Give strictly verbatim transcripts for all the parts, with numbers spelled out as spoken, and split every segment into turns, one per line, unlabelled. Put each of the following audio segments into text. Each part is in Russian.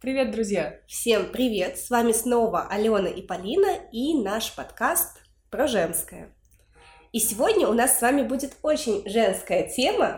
Привет, друзья!
Всем привет! С вами снова Алена и Полина и наш подкаст про женское. И сегодня у нас с вами будет очень женская тема,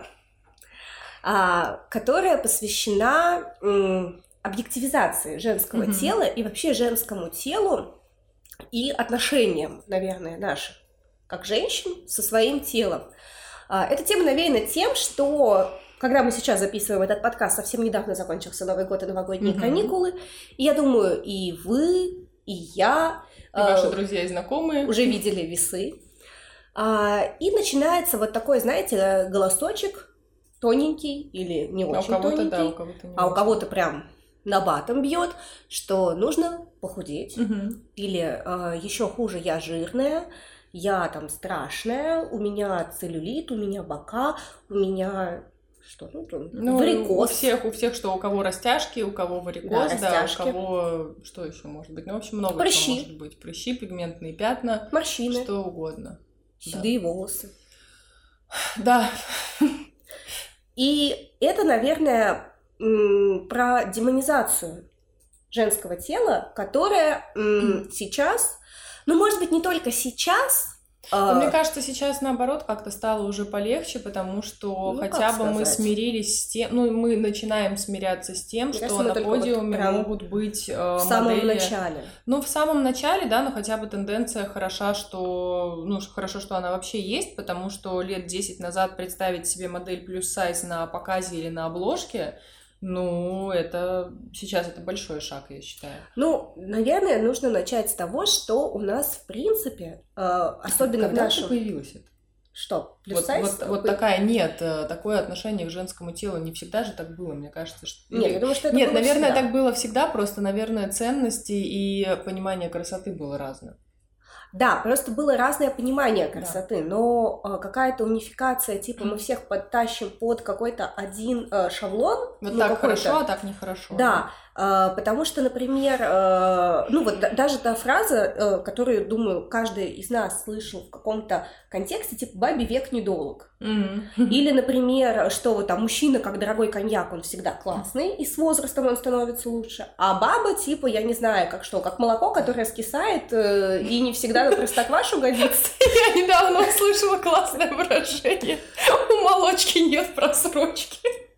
которая посвящена объективизации женского mm-hmm. тела и вообще женскому телу и отношениям, наверное, наших, как женщин, со своим телом. Эта тема навеяна тем, что когда мы сейчас записываем этот подкаст, совсем недавно закончился Новый год и новогодние mm-hmm. каникулы, и я думаю, и вы, и я,
и ваши друзья и знакомые
уже видели весы. И начинается вот такой, знаете, голосочек тоненький или не очень
а у
тоненький,
да, у кого-то не
а
очень.
у кого-то прям набатом бьет, что нужно похудеть,
mm-hmm.
или еще хуже, я жирная, я там страшная, у меня целлюлит, у меня бока, у меня... Что? Ну,
ну,
варикоз.
У всех, у всех, что у кого растяжки, у кого варикоз,
да,
да, у кого... Что еще может быть? Ну, в общем, много
Прыщи.
чего может быть. Прыщи, пигментные пятна.
Морщины.
Что угодно.
Седые
да.
волосы.
Да.
И это, наверное, про демонизацию женского тела, которая mm. сейчас... Ну, может быть, не только сейчас...
Но мне кажется, сейчас, наоборот, как-то стало уже полегче, потому что
ну,
хотя бы мы смирились с тем, ну, мы начинаем смиряться с тем, мне что на подиуме вот могут быть э,
в
модели...
самом начале.
Ну, в самом начале, да, но хотя бы тенденция хороша, что... Ну, хорошо, что она вообще есть, потому что лет десять назад представить себе модель плюс-сайз на показе или на обложке... Ну, это сейчас это большой шаг, я считаю.
Ну, наверное, нужно начать с того, что у нас, в принципе, э, особенно
Когда
в нашем...
появилось это?
Что?
Вот, вот, вот такая, нет, такое отношение к женскому телу не всегда же так было, мне кажется. Что...
Нет, я думаю, что это
Нет,
было
наверное,
всегда.
так было всегда, просто, наверное, ценности и понимание красоты было разное.
Да, просто было разное понимание красоты, да. но э, какая-то унификация, типа мы всех подтащим под какой-то один э, шаблон.
Вот
ну,
так хорошо, а так нехорошо.
Да, да. Э, потому что, например, э, ну вот да, даже та фраза, э, которую, думаю, каждый из нас слышал в каком-то контексте, типа «бабе век недолг».
Mm-hmm.
Или, например, что вот там мужчина, как дорогой коньяк, он всегда классный, и с возрастом он становится лучше, а баба, типа, я не знаю, как что, как молоко, которое скисает э, и не всегда на простоквашу годится.
Я недавно услышала классное выражение: у молочки нет просрочки.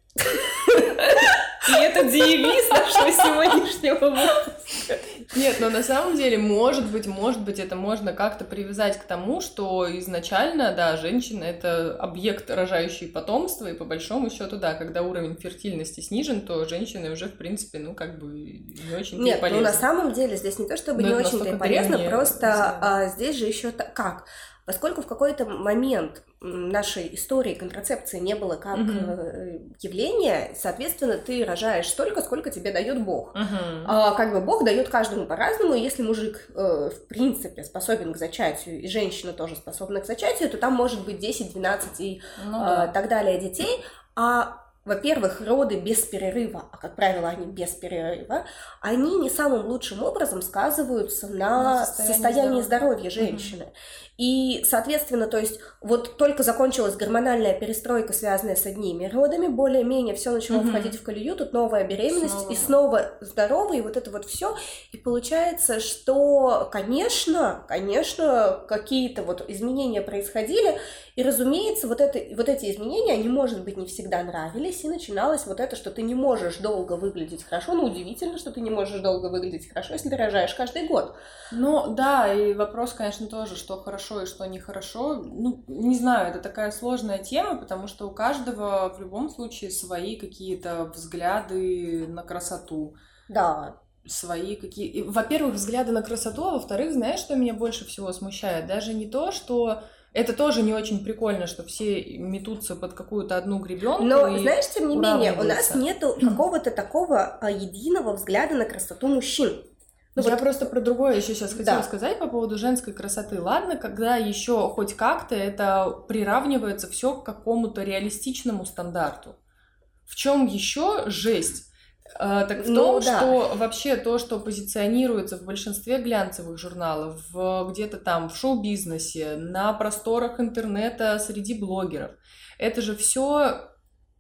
И это девиз нашего сегодняшнего выпуска.
Нет, но на самом деле, может быть, может быть, это можно как-то привязать к тому, что изначально, да, женщина — это объект, рожающий потомство, и по большому счету, да, когда уровень фертильности снижен, то женщина уже, в принципе, ну, как бы не очень-то
Нет,
полезна.
ну, на самом деле, здесь не то, чтобы но не очень-то и полезно, просто а, здесь же еще как... Поскольку в какой-то момент нашей истории контрацепции не было как mm-hmm. явления, соответственно, ты рожаешь столько, сколько тебе дает Бог.
Mm-hmm.
А, как бы Бог дает каждому по-разному, и если мужик, э, в принципе, способен к зачатию, и женщина тоже способна к зачатию, то там может быть десять, двенадцать и
ну, да.
э, так далее детей. А во-первых, роды без перерыва, а, как правило, они без перерыва, они не самым лучшим образом сказываются на, на состоянии, состоянии здоровья, здоровья женщины. Угу. И, соответственно, то есть вот только закончилась гормональная перестройка, связанная с одними родами, более-менее все начало угу. входить в колею, тут новая беременность, снова. и снова здоровый, и вот это вот все. И получается, что, конечно, конечно, какие-то вот изменения происходили, и, разумеется, вот, это, вот эти изменения, они, может быть, не всегда нравились, и начиналось вот это, что ты не можешь долго выглядеть хорошо. Ну, удивительно, что ты не можешь долго выглядеть хорошо, если ты рожаешь каждый год.
Ну, да, и вопрос, конечно, тоже, что хорошо и что нехорошо. Ну, не знаю, это такая сложная тема, потому что у каждого в любом случае свои какие-то взгляды на красоту.
Да.
Свои какие... Во-первых, взгляды на красоту, а во-вторых, знаешь, что меня больше всего смущает? Даже не то, что... Это тоже не очень прикольно, что все метутся под какую-то одну гребенку.
Но, знаешь, тем не менее, у нас нету какого-то такого единого взгляда на красоту мужчин.
Ну, я вот... просто про другое еще сейчас хотела да. сказать по поводу женской красоты. Ладно, когда еще хоть как-то это приравнивается все к какому-то реалистичному стандарту. В чем еще жесть? Так в том, ну, да. что вообще то, что позиционируется в большинстве глянцевых журналов, в, где-то там в шоу-бизнесе, на просторах интернета, среди блогеров, это же все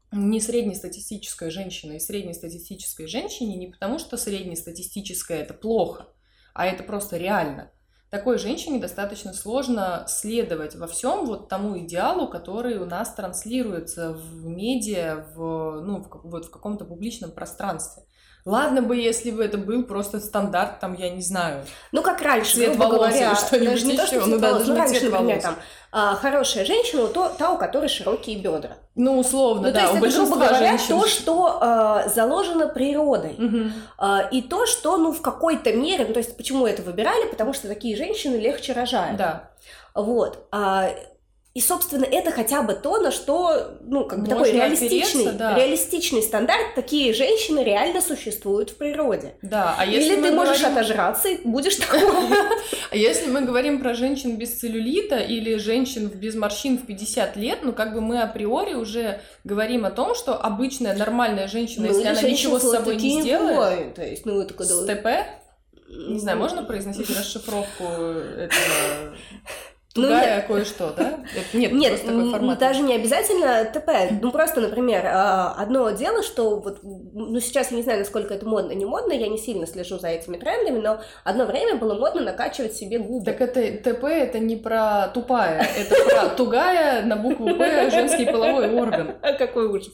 не среднестатистическая женщина и среднестатистической женщине не потому, что среднестатистическая это плохо, а это просто реально. Такой женщине достаточно сложно следовать во всем вот тому идеалу, который у нас транслируется в медиа, в, ну, в, вот в каком-то публичном пространстве. Ладно бы, если бы это был просто стандарт, там, я не знаю.
Ну, как раньше,
цвет волос
говоря,
или что-нибудь
даже не то, что
еще. Ну, да,
волос,
даже
ну, раньше,
цвет
например,
волос.
там, а, хорошая женщина, то, та, у которой широкие бедра.
Ну, условно,
ну,
да,
то есть
у
это,
большинства
грубо говоря,
женщин.
то, что а, заложено природой.
Угу.
А, и то, что, ну, в какой-то мере, ну, то есть почему это выбирали? Потому что такие женщины легче рожают.
Да.
Вот. А, и, собственно, это хотя бы то, на что, ну, как бы
Можно
такой реалистичный,
опереться, да.
реалистичный стандарт. Такие женщины реально существуют в природе.
Да, а если
Или
мы
ты можешь
говорим...
отожраться и будешь такой.
А если мы говорим про женщин без целлюлита или женщин без морщин в пятьдесят лет, ну, как бы мы априори уже говорим о том, что обычная нормальная женщина, если она ничего с собой не сделает...
То есть, ну, это когда...
С ТП? Не знаю, можно произносить расшифровку этого... Тугая ну, кое-что, да? Это, нет,
нет
просто такой формат.
Даже не обязательно ТП. Ну, просто, например, одно дело, что вот, ну, сейчас я не знаю, насколько это модно, не модно, я не сильно слежу за этими трендами, но одно время было модно накачивать себе губы.
Так это ТП, это не про тупая, это про тугая на букву П женский половой орган.
Какой ужас.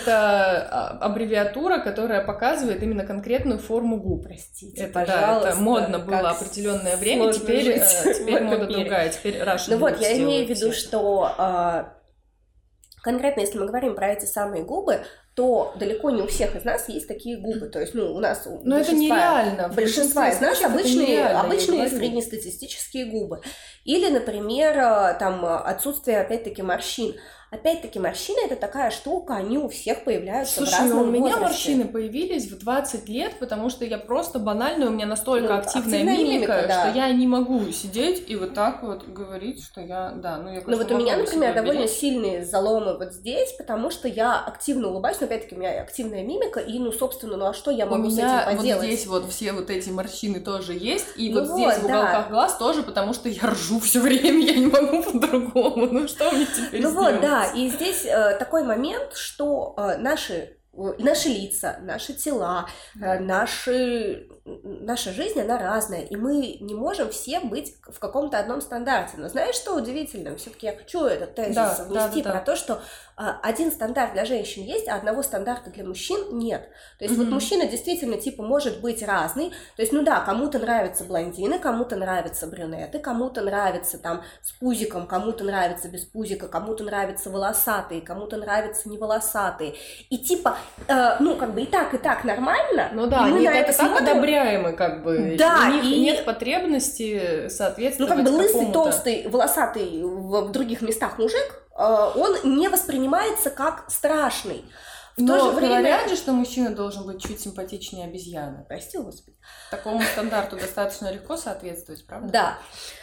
Это аббревиатура, которая показывает именно конкретную форму губ.
Простите,
это,
пожалуйста.
Да, это модно было определенное время, теперь, теперь мода другая, теперь
Ну вот, я имею в виду, что э, конкретно, если мы говорим про эти самые губы, то далеко не у всех из нас есть такие губы. То есть, ну, у нас...
Но это нереально.
Большинство из нас обычные, обычные среднестатистические губы. Или, например, там, отсутствие, опять-таки, морщин. Опять-таки, морщины — это такая штука, они у всех появляются
Слушай,
в разном
ну, у меня
возрасте.
морщины появились в двадцать лет, потому что я просто банально, у меня настолько
ну,
активная,
активная
мимика,
мимика, да.
что я не могу сидеть и вот так вот говорить, что я, да, ну я
Ну вот у меня, например, довольно
беречь.
сильные заломы вот здесь, потому что я активно улыбаюсь, но опять-таки у меня активная мимика, и, ну, собственно, ну а что я могу
у
с
меня
этим поделать?
Вот здесь вот все вот эти морщины тоже есть, и
ну
вот,
вот
здесь в уголках
да.
глаз тоже, потому что я ржу все время, я не могу по-другому, ну что мне теперь
Ну
сделать?
вот, да, и здесь э, такой момент, что э, наши, э, наши лица, наши тела, э, наши, наша жизнь, она разная, и мы не можем все быть в каком-то одном стандарте. Но знаешь, что удивительно? Все-таки я хочу этот тезис
да,
внести
да, да,
про
да.
то, что э, один стандарт для женщин есть, а одного стандарта для мужчин нет. То есть mm-hmm. вот мужчина действительно типа может быть разный. То есть, ну да, кому-то нравятся блондины, кому-то нравятся брюнеты, кому-то нравится там с пузиком, кому-то нравится без пузика, кому-то нравятся волосатые, кому-то нравятся не волосатые. И типа, э, ну как бы и так, и так нормально.
Ну да, они это, это так одобряемы, как бы.
Да,
у них
и...
нет потребности соответствовать
ну как бы лысый,
какому-то...
толстый, волосатый в других местах мужик, он не воспринимается как страшный. В
Но
то же время...
говорят же, что мужчина должен быть чуть симпатичнее обезьяны.
Прости, Господи.
Такому стандарту достаточно легко соответствовать, правда?
Да.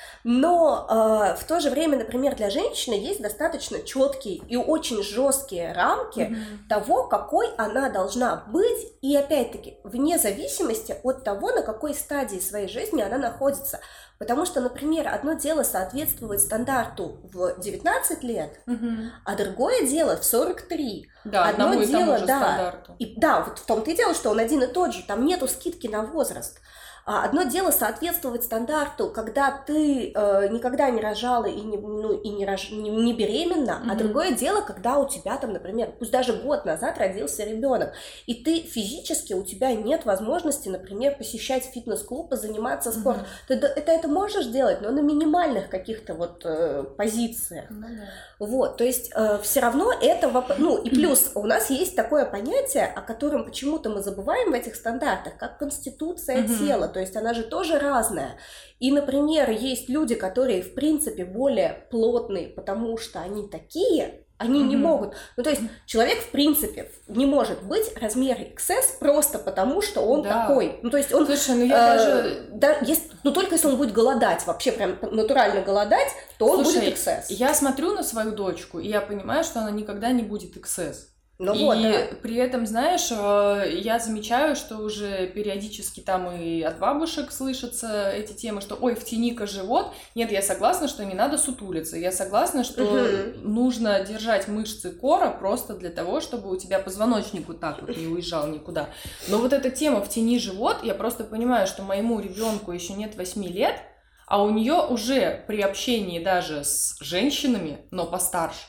Но э, в то же время, например, для женщины есть достаточно четкие и очень жесткие рамки mm-hmm. того, какой она должна быть, и опять-таки вне зависимости от того, на какой стадии своей жизни она находится. Потому что, например, одно дело соответствовать стандарту в девятнадцать лет, mm-hmm. а другое дело в сорок три.
Да,
одно
одному
дело,
и тому же
да,
стандарту.
И, да, вот в том-то и дело, что он один и тот же, там нету скидки на возраст. Одно дело соответствовать стандарту, когда ты э, никогда не рожала и не, ну, и не, рож... не, не беременна, mm-hmm. а другое дело, когда у тебя там, например, пусть даже год назад родился ребенок, и ты физически, у тебя нет возможности, например, посещать фитнес-клуб и заниматься спортом. Mm-hmm. Ты это, это можешь делать, но на минимальных каких-то вот э, позициях. Mm-hmm. Вот, то есть э, все равно это вопрос, ну и плюс у нас есть такое понятие, о котором почему-то мы забываем в этих стандартах, как конституция mm-hmm. тела. То есть она же тоже разная. И, например, есть люди, которые, в принципе, более плотные, потому что они такие, они mm-hmm. не могут. Ну, то есть человек, в принципе, не может быть размера икс эс просто потому, что он
да.
такой. Ну, то есть он...
Слушай, ну я
э,
даже...
Да, есть, ну, только если он будет голодать, вообще прям натурально голодать, то он
Слушай,
будет икс эс.
Я смотрю на свою дочку, и я понимаю, что она никогда не будет икс эс.
Ну
и
вот, да.
при этом, знаешь, я замечаю, что уже периодически там и от бабушек слышатся эти темы, что ой, втяни-ка живот. Нет, я согласна, что не надо сутулиться. Я согласна, что угу. нужно держать мышцы кора просто для того, чтобы у тебя позвоночник вот так вот не уезжал никуда. Но вот эта тема втяни живот, я просто понимаю, что моему ребенку еще нет восьми лет, а у нее уже при общении даже с женщинами, но постарше,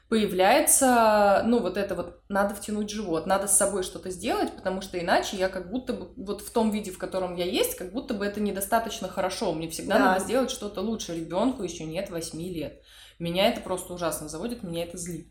появляется, ну, вот это вот, надо втянуть живот, надо с собой что-то сделать, потому что иначе я как будто бы, вот в том виде, в котором я есть, как будто бы это недостаточно хорошо, мне всегда да. надо сделать что-то лучше, ребенку еще нет восьми лет. Меня это просто ужасно заводит, меня это злит.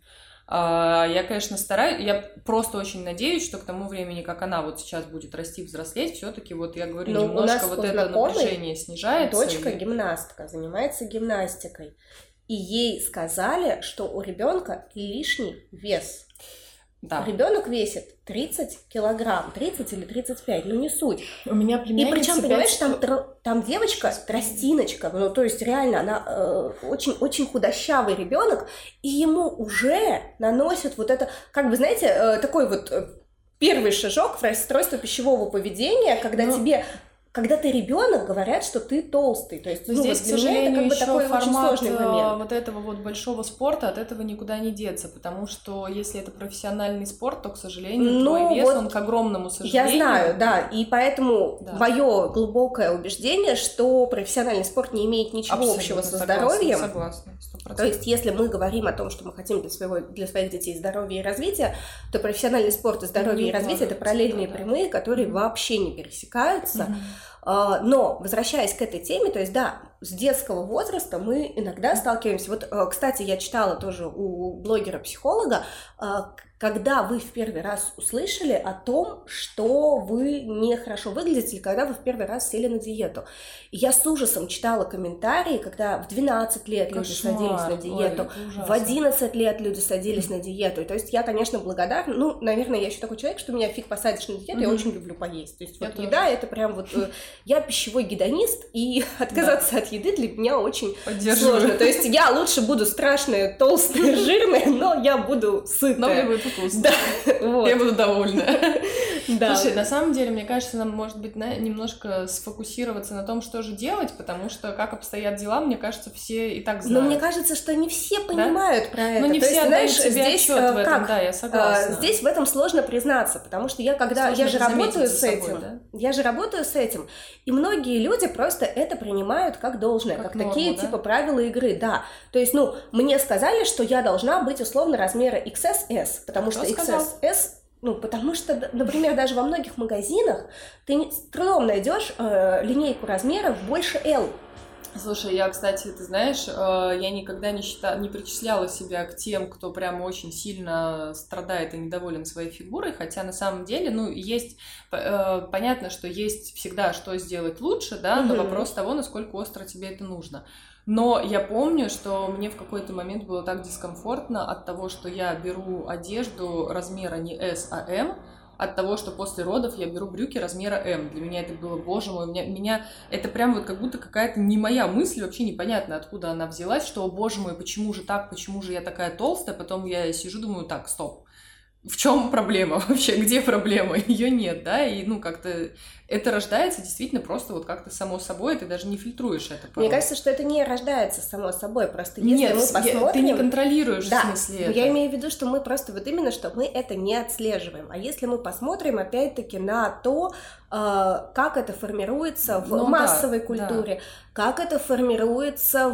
Я, конечно, стараюсь, я просто очень надеюсь, что к тому времени, как она вот сейчас будет расти, взрослеть, все-таки вот, я говорю, но немножко вот это напряжение снижается.
Дочка
и...
гимнастка, занимается гимнастикой. И ей сказали, что у ребенка лишний вес. Да. Ребенок весит тридцать килограмм, тридцать или тридцать пять, ну не суть.
У меня племянница.
И причем, понимаешь, там, там девочка, тростиночка, ну то есть реально, она э, очень, очень худощавый ребенок, и ему уже наносят вот это, как бы, знаете, э, такой вот э, первый шажок в расстройство пищевого поведения, когда Но... тебе... Когда ты ребенок, говорят, что ты толстый. То есть, ну,
здесь,
вот
к сожалению,
это как бы
еще
такой очень сложный момент.
Вот этого вот большого спорта, от этого никуда не деться, потому что если это профессиональный спорт, то, к сожалению, ну, твой вес, вот он, к огромному сожалению...
Я знаю, да, и поэтому да. мое глубокое убеждение, что профессиональный спорт не имеет ничего Абсолютно общего со
согласна,
здоровьем.
Согласна, сто процентов.
То есть, если мы говорим о том, что мы хотим для, своего, для своих детей здоровья и развития, то профессиональный спорт и здоровье не и развитие – это параллельные да, прямые, да. которые mm-hmm. вообще не пересекаются. Mm-hmm. Но, возвращаясь к этой теме, то есть, да, с детского возраста мы иногда сталкиваемся. Вот, кстати, я читала тоже у блогера-психолога, когда вы в первый раз услышали о том, что вы нехорошо выглядите, или когда вы в первый раз сели на диету. И я с ужасом читала комментарии, когда в двенадцать лет Кошмар. люди садились на диету, Ой, в одиннадцать лет люди садились на диету. И, то есть я, конечно, благодарна. Ну, наверное, я еще такой человек, что меня фиг посадишь на диету, mm-hmm. я очень люблю поесть. То есть я вот тоже. еда, это прям вот... Я пищевой гедонист, и отказаться да. от еды для меня очень
Поддерживаю.
сложно. То есть я лучше буду страшная, толстая, жирная, но я буду сытая.
Но мне будет вкусно.
Да, вот.
Я буду довольна.
Да.
Слушай, на самом деле, мне кажется, нам, может быть, на, немножко сфокусироваться на том, что же делать, потому что, как обстоят дела, мне кажется, все и так знают.
Но мне кажется, что не все понимают да? про это.
Ну, не
То
все
есть, знаешь,
себе
здесь
отчет в этом,
как?
Да, я согласна.
Здесь в этом сложно признаться, потому что я когда...
Сложно
я же работаю с
собой,
этим.
Да?
Я же работаю с этим. И многие люди просто это принимают как должное, как, как норму, такие, да? типа, правила игры, да. То есть, ну, мне сказали, что я должна быть условно размера икс эс эс, потому Кто что икс эс эс... Ну, потому что, например, даже во многих магазинах ты с трудом найдешь э, линейку размеров больше L.
Слушай, я, кстати, ты знаешь, я никогда не считала, не причисляла себя к тем, кто прямо очень сильно страдает и недоволен своей фигурой, хотя на самом деле, ну, есть, понятно, что есть всегда что сделать лучше, да, но mm-hmm. вопрос того, насколько остро тебе это нужно. Но я помню, что мне в какой-то момент было так дискомфортно от того, что я беру одежду размера не S, а M, от того, что после родов я беру брюки размера М. Для меня это было, боже мой, меня, меня это прям вот как будто какая-то не моя мысль, вообще непонятно, откуда она взялась, что, боже мой, почему же так, почему же я такая толстая, потом я сижу, думаю, так, стоп, в чем проблема вообще, где проблема? Ее нет, да, и ну как-то это рождается действительно просто вот как-то само собой, ты даже не фильтруешь это. Порой.
Мне кажется, что это не рождается само собой, просто если
Нет,
мы посмотрим...
ты не контролируешь
да,
в смысле это.
Я имею в виду, что мы просто вот именно, что мы это не отслеживаем, а если мы посмотрим опять-таки на то, как это формируется в ну, массовой да, культуре, да. как это формируется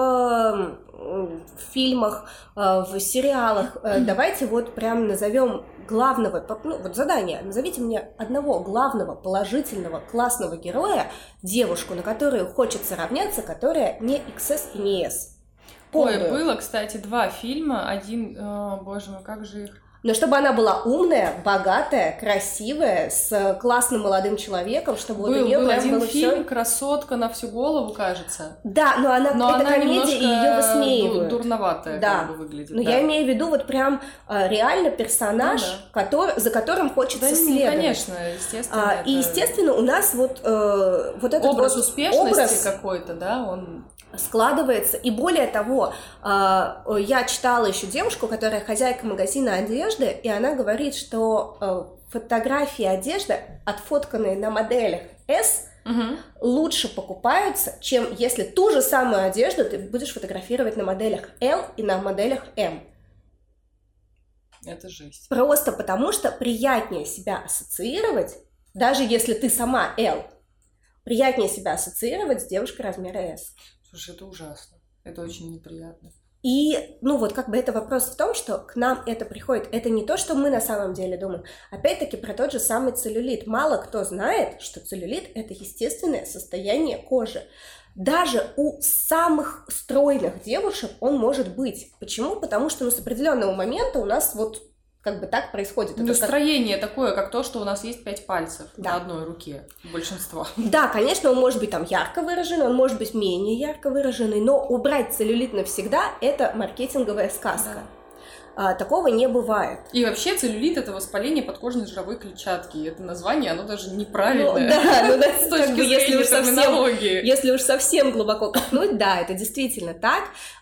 в, в фильмах, в сериалах, давайте вот прям назовем главного, ну вот задание, назовите мне одного главного, положительного, классного героя, девушку, на которую хочется равняться, которая не икс эс и не S.
Ой, было, кстати, два фильма, один, о, боже мой, как же их...
Но чтобы она была умная, богатая, красивая, с классным молодым человеком, чтобы
был,
вот у нее
был
прям
один
было
фильм
все...
«Красотка на всю голову», кажется.
Да, но она,
но
это
она
комедия, и ее высмеивают.
Дурноватая
да.
как бы выглядит.
Но
да.
я имею в виду вот прям а, реально персонаж,
ну, да.
который, за которым хочется
да,
следовать.
Конечно, естественно.
А,
это...
И, естественно, у нас вот, э, вот этот
образ
вот
успешности
образ...
какой-то, да, он...
складывается. И более того, я читала еще девушку, которая хозяйка магазина одежды, и она говорит, что фотографии одежды, отфотканные на моделях S, угу. лучше покупаются, чем если ту же самую одежду ты будешь фотографировать на моделях L и на моделях M.
Это жесть.
Просто потому, что приятнее себя ассоциировать, даже если ты сама L, приятнее себя ассоциировать с девушкой размера S.
Слушай, это ужасно. Это очень неприятно.
И, ну вот, как бы это вопрос в том, что к нам это приходит. Это не то, что мы на самом деле думаем. Опять-таки про тот же самый целлюлит. Мало кто знает, что целлюлит – это естественное состояние кожи. Даже у самых стройных девушек он может быть. Почему? Потому что ну, с определенного момента у нас вот как бы так происходит.
Ну, строение как... такое, как то, что у нас есть пять пальцев да. на одной руке, большинство.
Да, конечно, он может быть там ярко выраженный, он может быть менее ярко выраженный, но убрать целлюлит навсегда – это маркетинговая сказка. Да. А, такого не бывает.
И вообще целлюлит – это воспаление подкожной жировой клетчатки. Это название, оно даже неправильное.
Ну, да, ну, да, с точки зрения терминологии. Если уж совсем глубоко копнуть, да, это действительно так.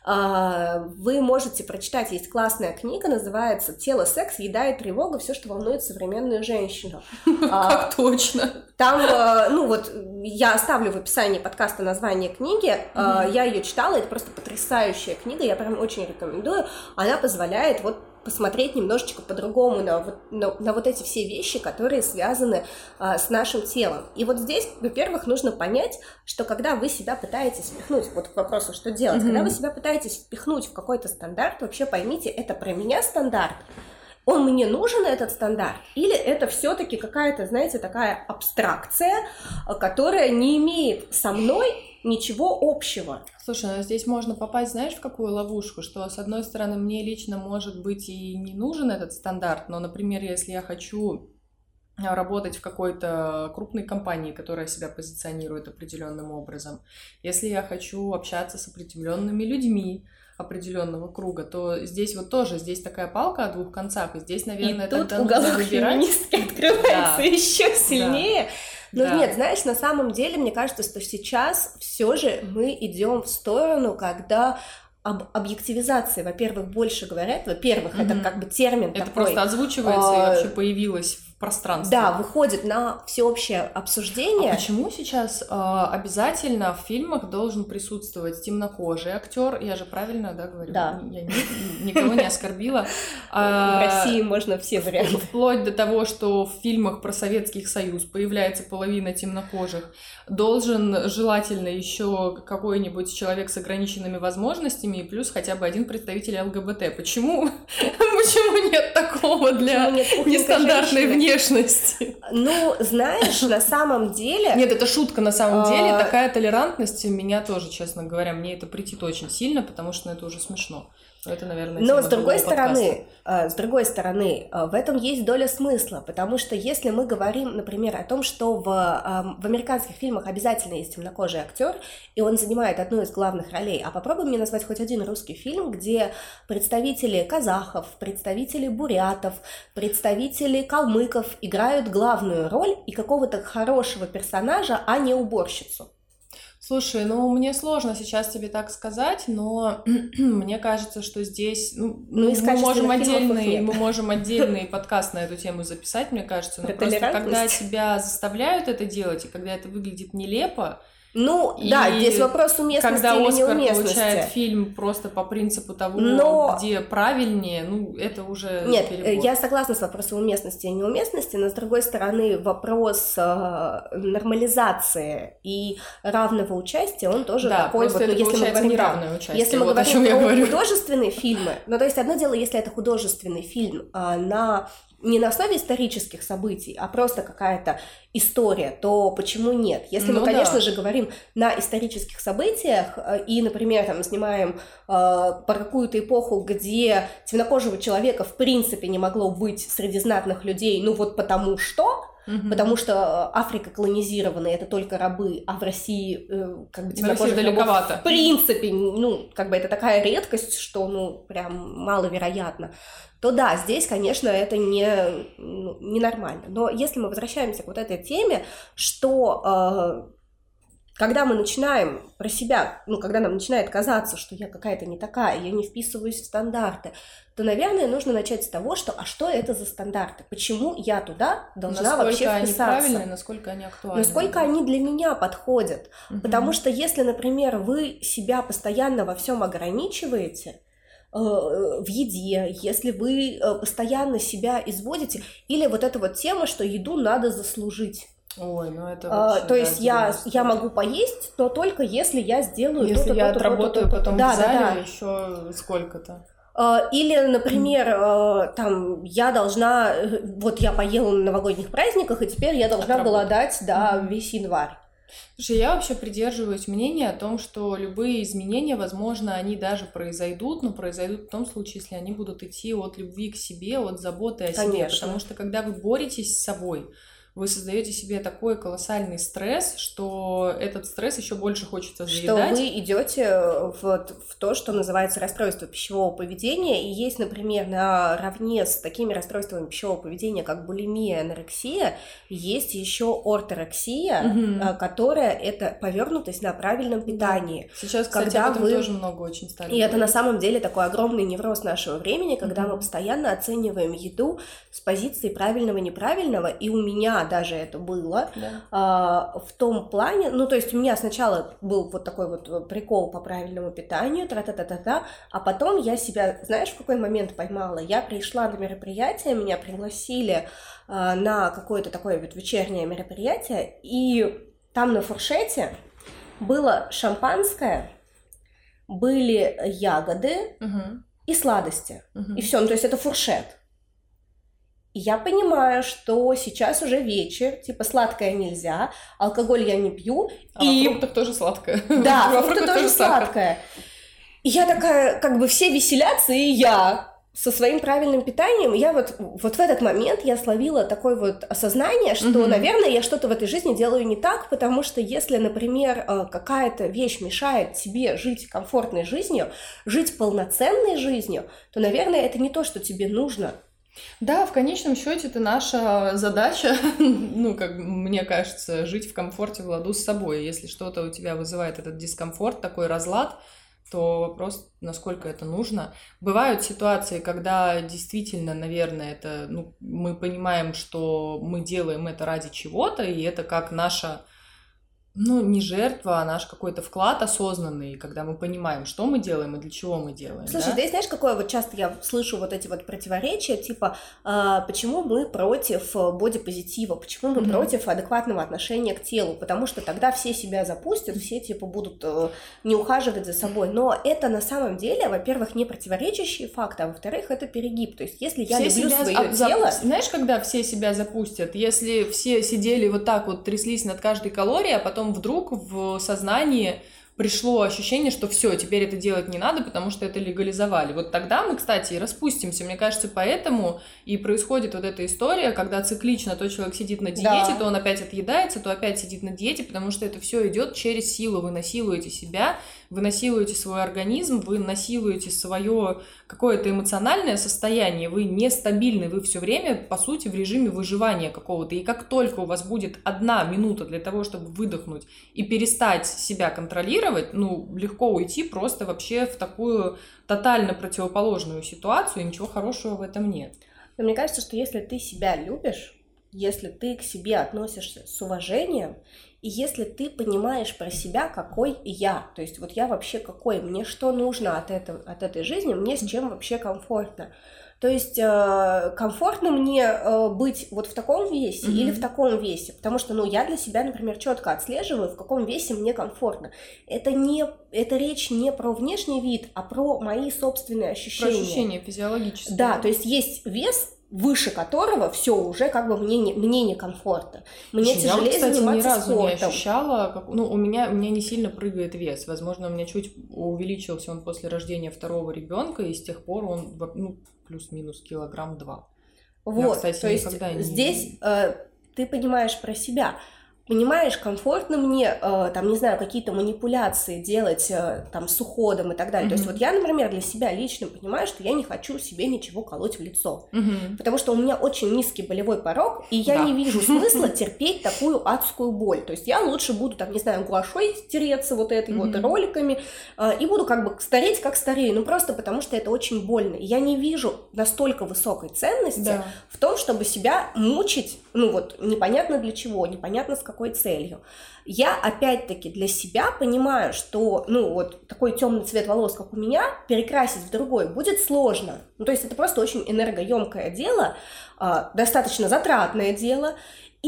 Вы можете прочитать, есть классная книга, называется «Тело, секс, еда и тревога. Все, что волнует современную женщину».
Как точно.
Там, ну вот, я оставлю в описании подкаста название книги. Я ее читала, это просто потрясающая книга, я прям очень рекомендую. Она позволяет вот посмотреть немножечко по-другому на вот, на, на вот эти все вещи, которые связаны а, с нашим телом. И вот здесь, во-первых, нужно понять, что когда вы себя пытаетесь впихнуть, вот к вопросу, что делать, mm-hmm. когда вы себя пытаетесь впихнуть в какой-то стандарт, вообще поймите, это про меня стандарт, он мне нужен, этот стандарт, или это все-таки какая-то, знаете, такая абстракция, которая не имеет со мной ничего общего.
Слушай, ну здесь можно попасть, знаешь, в какую ловушку, что, с одной стороны, мне лично, может быть, и не нужен этот стандарт, но, например, если я хочу работать в какой-то крупной компании, которая себя позиционирует определенным образом, если я хочу общаться с определенными людьми определенного круга, то здесь вот тоже, здесь такая палка о двух концах, и здесь, наверное,
и тут уголок феминистки открывается да. еще сильнее. Да. Но да. нет, знаешь, на самом деле, мне кажется, что сейчас все же мы идем в сторону, когда об объективизации, во-первых, больше говорят. Во-первых, mm-hmm. это как бы термин
это
такой.
Это просто озвучивается а, и вообще появилось в пространстве.
Да, выходит на всеобщее обсуждение.
А почему сейчас а, обязательно в фильмах должен присутствовать темнокожий актер? Я же правильно, да, говорю?
Да.
Я ни, никого не оскорбила.
В России можно все варианты.
Вплоть до того, что в фильмах про Советский Союз появляется половина темнокожих. Должен желательно еще какой-нибудь человек с ограниченными возможностями и плюс хотя бы один представитель ЛГБТ. Почему? Почему нет такого для нестандартной внешности?
Ну, знаешь, на самом деле...
Нет, это шутка на самом деле. Такая толерантность меня тоже, честно говоря, мне это претит очень сильно, потому что это уже смешно. Это, наверное,
но с другой стороны, с другой стороны, в этом есть доля смысла, потому что если мы говорим, например, о том, что в, в американских фильмах обязательно есть темнокожий актер, и он занимает одну из главных ролей, а попробуй мне назвать хоть один русский фильм, где представители казахов, представители бурятов, представители калмыков играют главную роль и какого-то хорошего персонажа, а не уборщицу.
Слушай, ну мне сложно сейчас тебе так сказать, но мне кажется, что здесь ну, ну, мы, можем отдельный, мы можем отдельный подкаст на эту тему записать, мне кажется, но просто когда тебя заставляют это делать, и когда это выглядит нелепо,
ну, и да, здесь вопрос уместности
когда
или
Оскар
неуместности.
Получает фильм просто по принципу того,
но...
где правильнее, ну, это уже
Нет,
перебор.
Я согласна с вопросом уместности и неуместности, но, с другой стороны, вопрос э, нормализации и равного участия, он тоже
да,
такой вот,
ну,
если мы говорим,
неравное участие,
если мы
вот
говорим про
говорю.
художественные фильмы, ну, то есть одно дело, если это художественный фильм э, на... не на основе исторических событий, а просто какая-то история, то почему нет? Если ну, мы, конечно да. же, говорим на исторических событиях и, например, там, снимаем э, про какую-то эпоху, где темнокожего человека в принципе не могло быть среди знатных людей, ну вот потому что, угу. потому что Африка колонизирована, это только рабы, а в России э, как бы темнокожих рабов в принципе, ну, как бы это такая редкость, что, ну, прям маловероятно, то да, здесь, конечно, это не, ну, ненормально. Но если мы возвращаемся к вот этой теме, что когда мы начинаем про себя, ну, когда нам начинает казаться, что я какая-то не такая, я не вписываюсь в стандарты, то, наверное, нужно начать с того, что, а что это за стандарты? Почему я туда должна
насколько
вообще вписаться?
Насколько они правильные, насколько они актуальны.
Насколько да? Они для меня подходят. Угу. Потому что если, например, вы себя постоянно во всем ограничиваете, в еде, если вы постоянно себя изводите, или вот эта вот тема, что еду надо заслужить.
Ой, ну это вообще,
То
да,
есть я, я могу поесть, но только если я сделаю
если
то-то,
я
то-то,
отработаю
то-то,
потом
да,
в зале
да, да.
еще сколько-то.
Или, например, mm. там, я должна, вот я поела на новогодних праздниках, и теперь я должна голодать, да, mm. весь январь.
Слушай, я вообще придерживаюсь мнения о том, что любые изменения, возможно, они даже произойдут, но произойдут в том случае, если они будут идти от любви к себе, от заботы о себе.
Конечно.
Потому что когда вы боретесь с собой, вы создаете себе такой колоссальный стресс, что этот стресс еще больше хочется заедать.
Что вы идете в, в то, что называется расстройство пищевого поведения, и есть, например, наравне с такими расстройствами пищевого поведения, как булимия, анорексия, есть еще орторексия, угу. которая это повернутость на правильном питании.
Сейчас, кстати, когда об этом вы... тоже много очень стали.
И
говорить.
это на самом деле такой огромный невроз нашего времени, когда угу. мы постоянно оцениваем еду с позиции правильного-неправильного, и у меня даже это было,
да.
а, в том плане, ну, то есть у меня сначала был вот такой вот прикол по правильному питанию, тра-та-та-та-та, а потом я себя, знаешь, в какой момент поймала? Я пришла на мероприятие, меня пригласили а, на какое-то такое вот вечернее мероприятие, и там на фуршете было шампанское, были ягоды
угу.
и сладости,
угу.
и все, ну, то есть это фуршет. И я понимаю, что сейчас уже вечер, типа сладкое нельзя, алкоголь я не пью.
А
и...
во фруктах тоже сладкое.
Да, во фруктах тоже сладкое. И я такая, как бы все веселятся, и я со своим правильным питанием, я вот, вот в этот момент я словила такое вот осознание, что, mm-hmm. наверное, я что-то в этой жизни делаю не так, потому что если, например, какая-то вещь мешает тебе жить комфортной жизнью, жить полноценной жизнью, то, наверное, это не то, что тебе нужно.
Да, в конечном счете это наша задача, ну, как мне кажется, жить в комфорте в ладу с собой. Если что-то у тебя вызывает этот дискомфорт, такой разлад, то вопрос, насколько это нужно. Бывают ситуации, когда действительно, наверное, это, ну, мы понимаем, что мы делаем это ради чего-то, и это как наша... Ну, не жертва, а наш какой-то вклад осознанный, когда мы понимаем, что мы делаем и для чего мы делаем.
Слушай,
да,
здесь знаешь, какое вот часто я слышу вот эти вот противоречия, типа, э, почему мы против бодипозитива, почему мы mm-hmm. против адекватного отношения к телу, потому что тогда все себя запустят, все типа будут э, не ухаживать за собой, но это на самом деле, во-первых, не противоречащие факты, а во-вторых, это перегиб, то есть если я все люблю свое
об...
тело...
Знаешь, когда все себя запустят? Если все сидели вот так вот, тряслись над каждой калорией, а потом вдруг в сознании пришло ощущение, что все, теперь это делать не надо, потому что это легализовали. Вот тогда мы, кстати, и распустимся. Мне кажется, поэтому и происходит вот эта история, когда циклично то человек сидит на диете, да. то он опять отъедается, то опять сидит на диете, потому что это все идет через силу. Вы насилуете себя, вы насилуете свой организм, вы насилуете свое какое-то эмоциональное состояние, вы нестабильны, вы все время, по сути, в режиме выживания какого-то. И как только у вас будет одна минута для того, чтобы выдохнуть и перестать себя контролировать, ну, легко уйти просто вообще в такую тотально противоположную ситуацию, и ничего хорошего в этом нет.
Но мне кажется, что если ты себя любишь, если ты к себе относишься с уважением, и если ты понимаешь про себя, какой я, то есть вот я вообще какой, мне что нужно от, этого, от этой жизни, мне с чем вообще комфортно. То есть э, комфортно мне э, быть вот в таком весе mm-hmm. или в таком весе, потому что, ну, я для себя, например, четко отслеживаю, в каком весе мне комфортно. Это не, это речь не про внешний вид, а про мои собственные ощущения.
Про ощущения физиологические.
Да, то есть есть вес, выше которого все уже как бы мне, не, мне некомфортно. Мне
я,
тяжелее
кстати,
заниматься
ни разу
спортом.
Не ощущала, как, ну, у меня, у меня не сильно прыгает вес. Возможно, у меня чуть увеличился он после рождения второго ребенка, и с тех пор он, ну, плюс-минус килограмм два.
Вот, я, кстати, то есть не... здесь э, ты понимаешь про себя. понимаешь, комфортно мне, э, там, не знаю, какие-то манипуляции делать э, там с уходом и так далее. Mm-hmm. То есть вот я, например, для себя лично понимаю, что я не хочу себе ничего колоть в лицо. Mm-hmm. Потому что у меня очень низкий болевой порог, и я да. не вижу смысла терпеть такую адскую боль. То есть я лучше буду, там, не знаю, гуашой тереться вот этой mm-hmm. вот роликами, э, и буду как бы стареть, как старею. Ну просто потому что это очень больно. И я не вижу настолько высокой ценности да. в том, чтобы себя мучить, ну вот, непонятно для чего, непонятно с какой какой целью. Я опять-таки для себя понимаю, что ну вот такой темный цвет волос, как у меня, перекрасить в другой будет сложно. Ну, то есть это просто очень энергоемкое дело, достаточно затратное дело,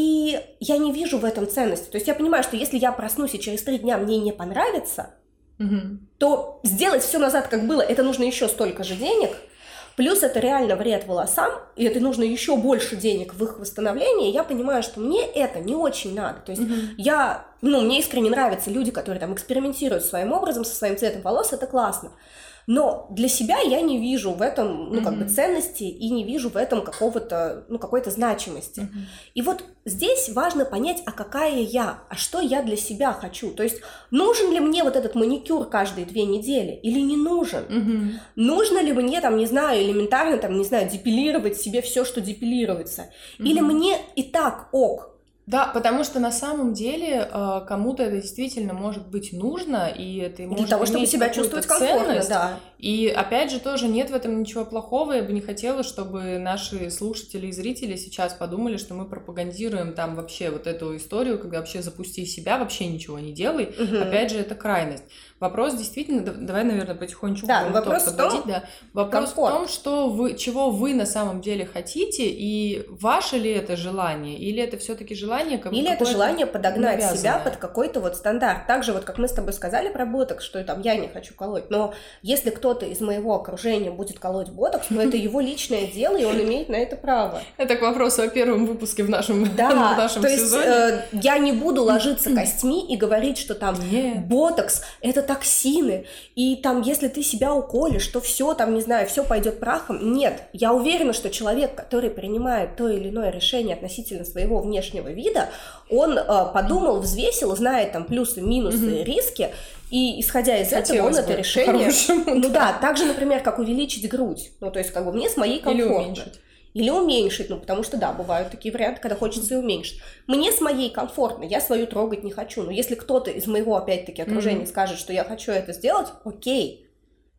и я не вижу в этом ценности. То есть я понимаю, что если я проснусь и через три дня мне не понравится, угу. то сделать все назад, как было, это нужно еще столько же денег. Плюс это реально вред волосам, и это нужно еще больше денег в их восстановлении. Я понимаю, что мне это не очень надо. То есть mm-hmm. я, ну, мне искренне нравятся люди, которые там экспериментируют своим образом, со своим цветом волос, это классно. Но для себя я не вижу в этом, ну, как mm-hmm. бы ценности и не вижу в этом какого-то, ну, какой-то значимости. Mm-hmm. И вот здесь важно понять, а какая я, а что я для себя хочу. То есть нужен ли мне вот этот маникюр каждые две недели или не нужен? Mm-hmm. Нужно ли мне, там, не знаю, элементарно, там, не знаю, депилировать себе все, что депилируется? Mm-hmm. Или мне и так ок?
Да, потому что на самом деле э, кому-то это действительно может быть нужно, и это может
для того, чтобы себя чувствовать комфортно, да.
И опять же тоже нет в этом ничего плохого. Я бы не хотела, чтобы наши слушатели и зрители сейчас подумали, что мы пропагандируем там вообще вот эту историю, когда вообще запусти себя, вообще ничего не делай. Угу. Опять же, это крайность. Вопрос действительно, давай, наверное, потихонечку
да, вопрос в том,
да. Вопрос комфорт. в том, что вы, чего вы на самом деле хотите, и ваше ли это желание, или это все-таки желание как
или это желание подогнать навязанное. Себя под какой-то вот стандарт. Так же вот, как мы с тобой сказали про ботокс, что там я не хочу колоть, но если кто-то из моего окружения будет колоть ботокс, то это его личное дело, и он имеет на это право.
Это к вопросу о первом выпуске в нашем,
да,
в нашем
то
сезоне.
Есть, э, я не буду ложиться костьми и говорить, что там Нет. ботокс — это токсины, и там, если ты себя уколешь, то все там, не знаю, все пойдет прахом. Нет, я уверена, что человек, который принимает то или иное решение относительно своего внешнего вида, он э, подумал, взвесил, знает там плюсы, минусы, mm-hmm. риски, и исходя из Хотелось этого он это решение... Ну да. да, так же, например, как увеличить грудь. Ну, то есть, как бы мне с моей комфортно.
Или уменьшить.
Или уменьшить, ну, потому что, да, бывают такие варианты, когда хочется и уменьшить. Мне с моей комфортно, я свою трогать не хочу. Но если кто-то из моего, опять-таки, окружения mm-hmm. скажет, что я хочу это сделать, окей.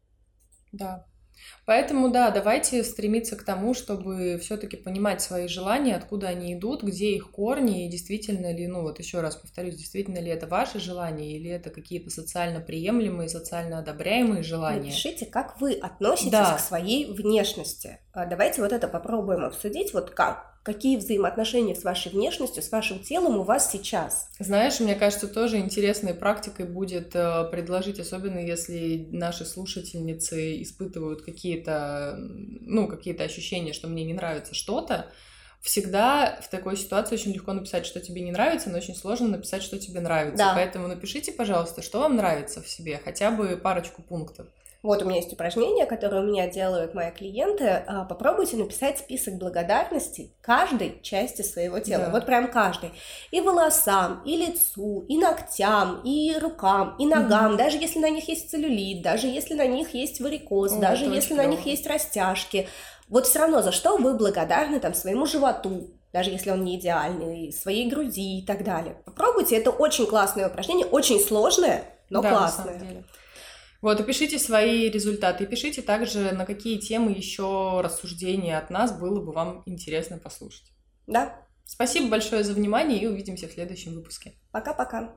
Да. Поэтому, да, давайте стремиться к тому, чтобы все-таки понимать свои желания, откуда они идут, где их корни, и действительно ли, ну вот еще раз повторюсь, действительно ли это ваши желания, или это какие-то социально приемлемые, социально одобряемые желания.
Напишите, как вы относитесь
да.
к своей внешности. Давайте вот это попробуем обсудить, вот как. Какие взаимоотношения с вашей внешностью, с вашим телом у вас сейчас?
Знаешь, мне кажется, тоже интересной практикой будет э, предложить, особенно если наши слушательницы испытывают какие-то, ну, какие-то ощущения, что мне не нравится что-то. Всегда в такой ситуации очень легко написать, что тебе не нравится, но очень сложно написать, что тебе нравится.
Да.
Поэтому напишите, пожалуйста, что вам нравится в себе, хотя бы парочку пунктов.
Вот у меня есть упражнение, которое у меня делают мои клиенты. Попробуйте написать список благодарностей каждой части своего тела. Да. Вот прям каждой. И волосам, и лицу, и ногтям, и рукам, и ногам. Угу. Даже если на них есть целлюлит, даже если на них есть варикоз, О, даже если на них есть растяжки. Вот все равно за что вы благодарны там своему животу, даже если он не идеальный, своей груди и так далее. Попробуйте, это очень классное упражнение, очень сложное, но
да,
классное.
На самом деле. Вот, и пишите свои результаты, и пишите также, на какие темы еще рассуждения от нас было бы вам интересно послушать.
Да.
Спасибо большое за внимание, и увидимся в следующем выпуске.
Пока-пока.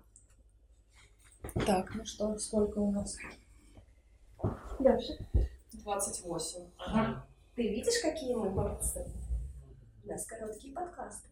Так, ну что, сколько у нас?
Лёша.
двадцать восемь.
Ага. Ты видишь, какие мы молодцы? У нас короткие подкасты.